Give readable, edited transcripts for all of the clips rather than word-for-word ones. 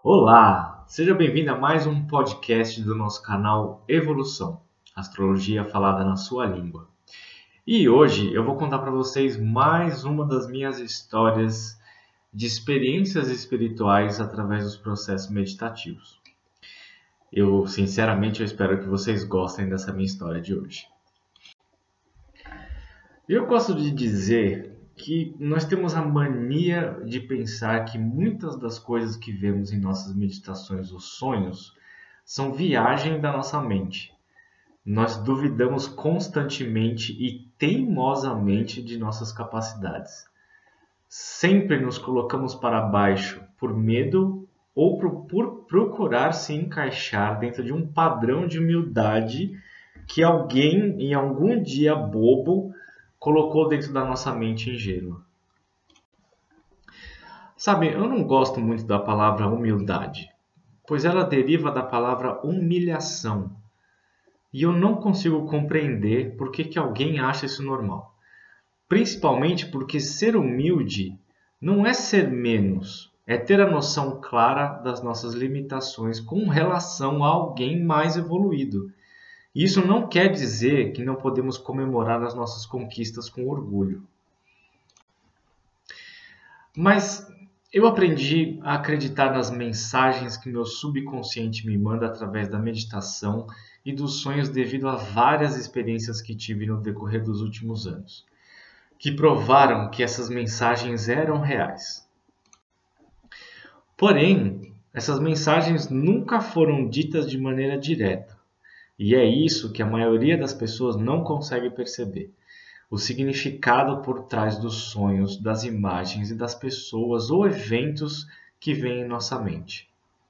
Olá, seja bem-vindo a mais um podcast do nosso canal Evolução, Astrologia falada na sua língua. E hoje eu vou contar para vocês mais uma das minhas histórias de experiências espirituais através dos processos meditativos. Sinceramente, espero que vocês gostem dessa minha história de hoje. Eu gosto de dizer que nós temos a mania de pensar que muitas das coisas que vemos em nossas meditações ou sonhos são viagem da nossa mente. Nós duvidamos constantemente e teimosamente de nossas capacidades. Sempre nos colocamos para baixo por medo ou por procurar se encaixar dentro de um padrão de humildade que alguém em algum dia bobo colocou dentro da nossa mente ingênua. Sabe, eu não gosto muito da palavra humildade, pois ela deriva da palavra humilhação. E eu não consigo compreender por que alguém acha isso normal. Principalmente porque ser humilde não é ser menos, é ter a noção clara das nossas limitações com relação a alguém mais evoluído. Isso não quer dizer que não podemos comemorar as nossas conquistas com orgulho. Mas eu aprendi a acreditar nas mensagens que meu subconsciente me manda através da meditação e dos sonhos devido a várias experiências que tive no decorrer dos últimos anos, que provaram que essas mensagens eram reais. Porém, essas mensagens nunca foram ditas de maneira direta. E é isso que a maioria das pessoas não consegue perceber. O significado por trás dos sonhos, das imagens e das pessoas ou eventos que vêm em nossa mente.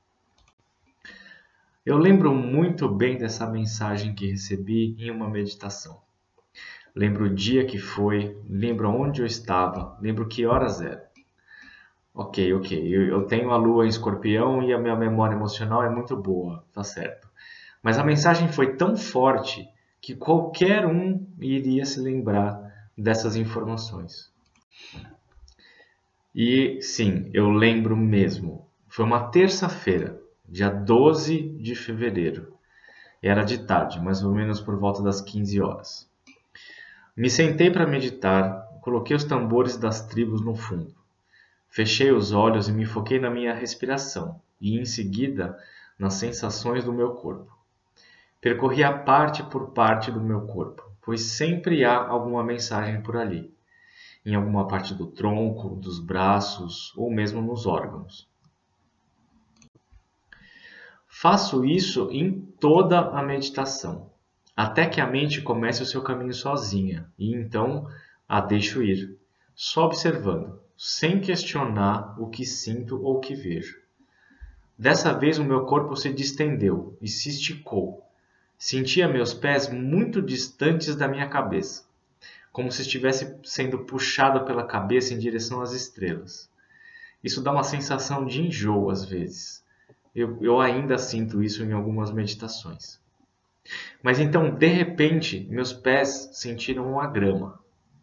Eu lembro muito bem dessa mensagem que recebi em uma meditação. Lembro o dia que foi, lembro onde eu estava, lembro que horas era. Ok. Eu tenho a lua em escorpião e a minha memória emocional é muito boa, tá certo. Mas a mensagem foi tão forte que qualquer um iria se lembrar dessas informações. E sim, eu lembro mesmo. Foi uma terça-feira, dia 12 de fevereiro. Era de tarde, mais ou menos por volta das 15 horas. Me sentei para meditar, coloquei os tambores das tribos no fundo. Fechei os olhos e me foquei na minha respiração e, em seguida, nas sensações do meu corpo. Percorria parte por parte do meu corpo, pois sempre há alguma mensagem por ali, em alguma parte do tronco, dos braços ou mesmo nos órgãos. Faço isso em toda a meditação, até que a mente comece o seu caminho sozinha, e então a deixo ir, só observando, sem questionar o que sinto ou o que vejo. Dessa vez o meu corpo se distendeu e se esticou. Sentia meus pés muito distantes da minha cabeça, como se estivesse sendo puxado pela cabeça em direção às estrelas. Isso dá uma sensação de enjoo às vezes. Eu ainda sinto isso em algumas meditações. Mas então, de repente, meus pés sentiram a grama.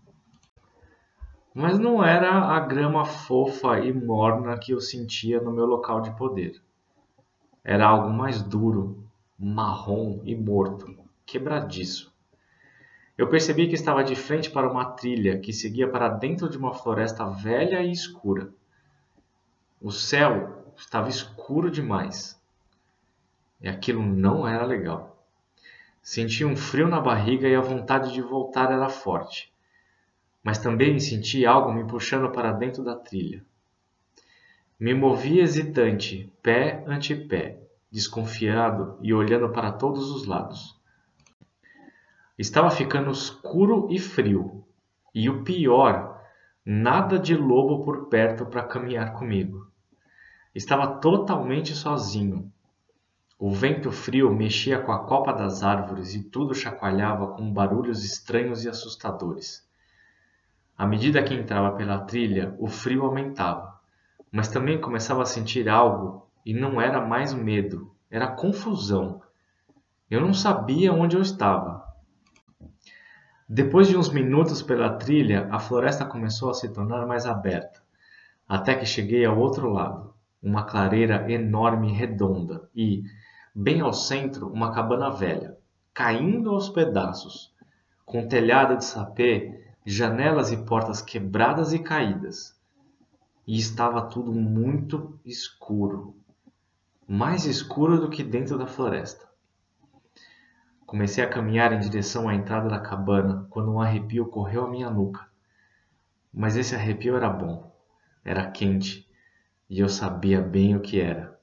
Mas não era a grama fofa e morna que eu sentia no meu local de poder. Era algo mais duro, marrom e morto, quebradiço. Eu percebi que estava de frente para uma trilha que seguia para dentro de uma floresta velha e escura. O céu estava escuro demais. E aquilo não era legal. Senti um frio na barriga e a vontade de voltar era forte. Mas também senti algo me puxando para dentro da trilha. Me movi hesitante, pé ante pé, desconfiado e olhando para todos os lados. Estava ficando escuro e frio. E o pior, nada de lobo por perto para caminhar comigo. Estava totalmente sozinho. O vento frio mexia com a copa das árvores e tudo chacoalhava com barulhos estranhos e assustadores. À medida que entrava pela trilha, o frio aumentava, mas também começava a sentir algo e não era mais medo, era confusão. Eu não sabia onde eu estava. Depois de uns minutos pela trilha, a floresta começou a se tornar mais aberta, até que cheguei ao outro lado. uma clareira enorme e redonda e, bem ao centro, uma cabana velha, caindo aos pedaços, com telhado de sapê, janelas e portas quebradas e caídas. E estava tudo muito escuro, mais escuro do que dentro da floresta. Comecei a caminhar em direção à entrada da cabana quando um arrepio correu à minha nuca. Mas esse arrepio era bom, era quente, e eu sabia bem o que era.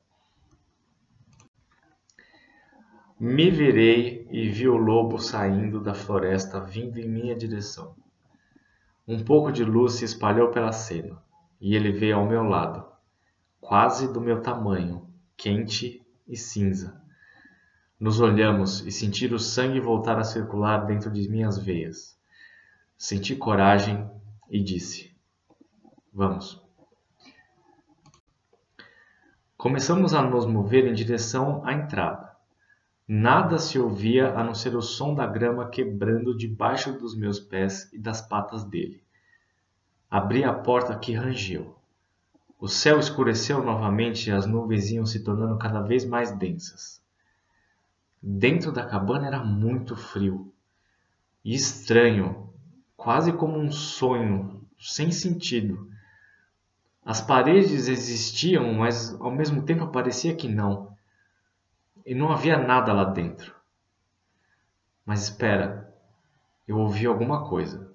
Me virei e vi o lobo saindo da floresta vindo em minha direção. Um pouco de luz se espalhou pela cena, e ele veio ao meu lado, quase do meu tamanho, quente e cinza. Nos olhamos e senti o sangue voltar a circular dentro de minhas veias. Senti coragem e disse: Vamos. Começamos a nos mover em direção à entrada. Nada se ouvia a não ser o som da grama quebrando debaixo dos meus pés e das patas dele. Abri a porta que rangeu. O céu escureceu novamente e as nuvens iam se tornando cada vez mais densas. Dentro da cabana era muito frio e estranho, quase como um sonho, sem sentido. As paredes existiam, mas ao mesmo tempo parecia que não. E não havia nada lá dentro. Mas espera, eu ouvi alguma coisa.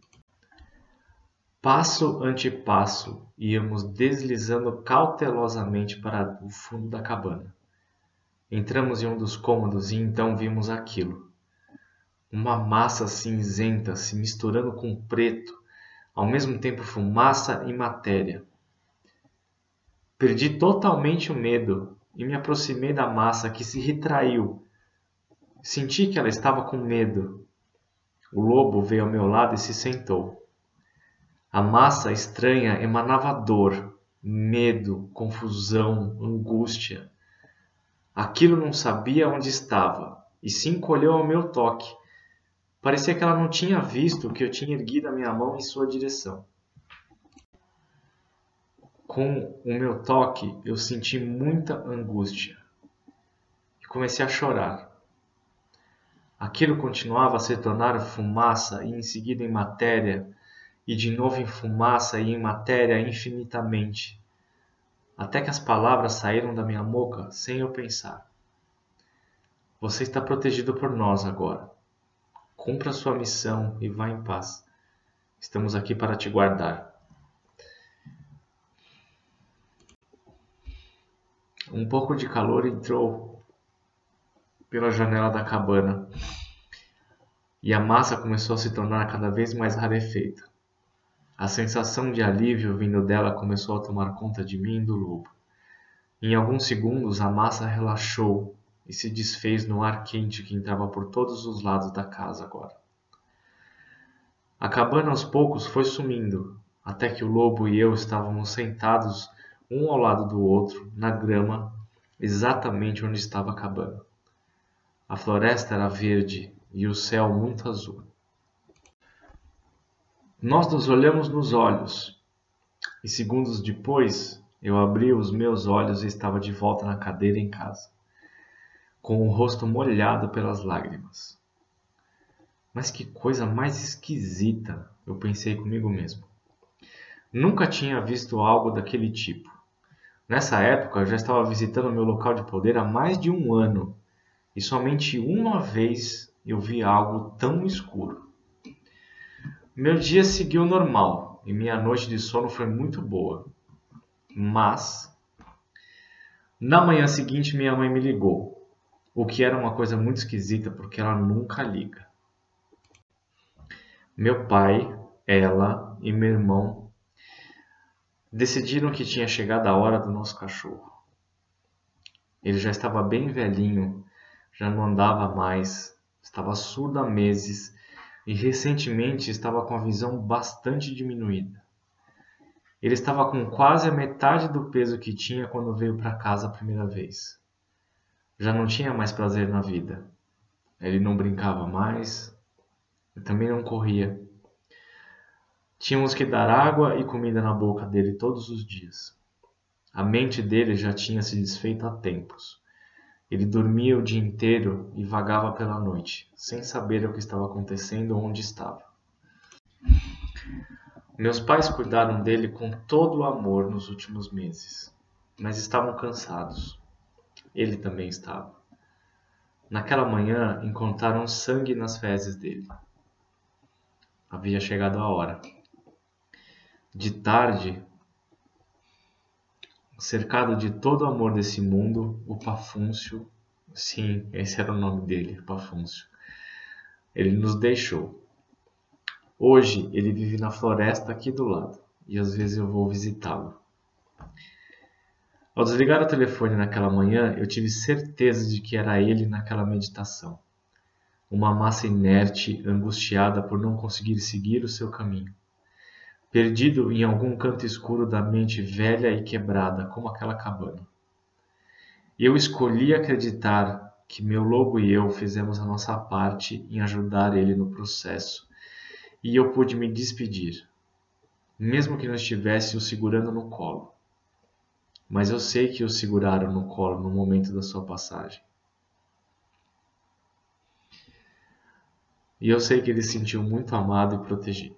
Passo ante passo, íamos deslizando cautelosamente para o fundo da cabana. Entramos em um dos cômodos e então vimos aquilo. Uma massa cinzenta se misturando com preto, ao mesmo tempo fumaça e matéria. Perdi totalmente o medo e me aproximei da massa que se retraiu. Senti que ela estava com medo. O lobo veio ao meu lado e se sentou. A massa estranha emanava dor, medo, confusão, angústia. Aquilo não sabia onde estava e se encolheu ao meu toque. Parecia que ela não tinha visto que eu tinha erguido a minha mão em sua direção. Com o meu toque, eu senti muita angústia e comecei a chorar. Aquilo continuava a se tornar fumaça e em seguida em matéria, e de novo em fumaça e em matéria infinitamente, até que as palavras saíram da minha boca sem eu pensar. Você está protegido por nós agora. Cumpra sua missão e vá em paz. Estamos aqui para te guardar. Um pouco de calor entrou pela janela da cabana e a massa começou a se tornar cada vez mais rarefeita. A sensação de alívio vindo dela começou a tomar conta de mim e do lobo. Em alguns segundos a massa relaxou e se desfez no ar quente que entrava por todos os lados da casa agora. A cabana aos poucos foi sumindo, até que o lobo e eu estávamos sentados um ao lado do outro, na grama, exatamente onde estava a cabana. A floresta era verde e o céu muito azul. Nós nos olhamos nos olhos, e segundos depois eu abri os meus olhos e estava de volta na cadeira em casa, com o rosto molhado pelas lágrimas. Mas que coisa mais esquisita, eu pensei comigo mesmo. Nunca tinha visto algo daquele tipo. Nessa época, eu já estava visitando meu local de poder há mais de um ano, e somente uma vez eu vi algo tão escuro. Meu dia seguiu normal, e minha noite de sono foi muito boa. Mas, na manhã seguinte, minha mãe me ligou, o que era uma coisa muito esquisita, porque ela nunca liga. Meu pai, ela e meu irmão decidiram que tinha chegado a hora do nosso cachorro. Ele já estava bem velhinho, já não andava mais, estava surdo há meses e recentemente estava com a visão bastante diminuída. Ele estava com quase a metade do peso que tinha quando veio para casa a primeira vez. Já não tinha mais prazer na vida. Ele não brincava mais, e também não corria. Tínhamos que dar água e comida na boca dele todos os dias. A mente dele já tinha se desfeito há tempos. Ele dormia o dia inteiro e vagava pela noite, sem saber o que estava acontecendo ou onde estava. Meus pais cuidaram dele com todo o amor nos últimos meses, mas estavam cansados. Ele também estava. Naquela manhã, encontraram sangue nas fezes dele. Havia chegado a hora. De tarde, cercado de todo o amor desse mundo, o Pafúncio, sim, esse era o nome dele, Pafúncio, ele nos deixou. Hoje ele vive na floresta aqui do lado e às vezes eu vou visitá-lo. Ao desligar o telefone naquela manhã, eu tive certeza de que era ele naquela meditação. Uma massa inerte, angustiada por não conseguir seguir o seu caminho. Perdido em algum canto escuro da mente velha e quebrada, como aquela cabana. Eu escolhi acreditar que meu lobo e eu fizemos a nossa parte em ajudar ele no processo, e eu pude me despedir, mesmo que não estivesse o segurando no colo. Mas eu sei que o seguraram no colo no momento da sua passagem. E eu sei que ele se sentiu muito amado e protegido.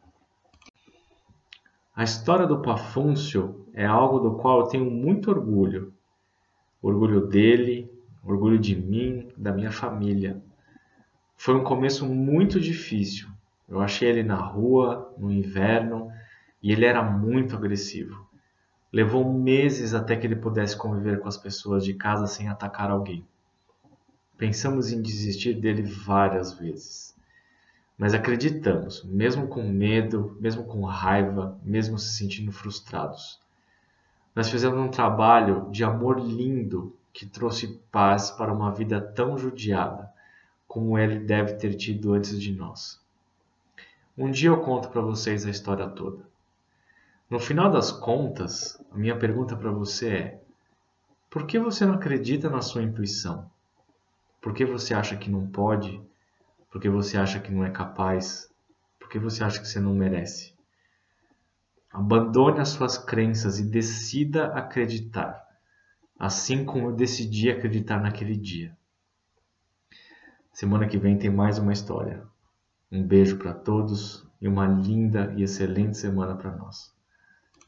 A história do Pafúncio é algo do qual eu tenho muito orgulho. Orgulho dele, orgulho de mim, da minha família. Foi um começo muito difícil. Eu achei ele na rua, no inverno, e ele era muito agressivo. Levou meses até que ele pudesse conviver com as pessoas de casa sem atacar alguém. Pensamos em desistir dele várias vezes. Mas acreditamos, mesmo com medo, mesmo com raiva, mesmo se sentindo frustrados. Nós fizemos um trabalho de amor lindo que trouxe paz para uma vida tão judiada como ele deve ter tido antes de nós. Um dia eu conto para vocês a história toda. No final das contas, a minha pergunta para você é: por que você não acredita na sua intuição? Por que você acha que não pode? Por que você acha que não é capaz? Por que você acha que você não merece? Abandone as suas crenças e decida acreditar, assim como eu decidi acreditar naquele dia. Semana que vem tem mais uma história. Um beijo para todos e uma linda e excelente semana para nós.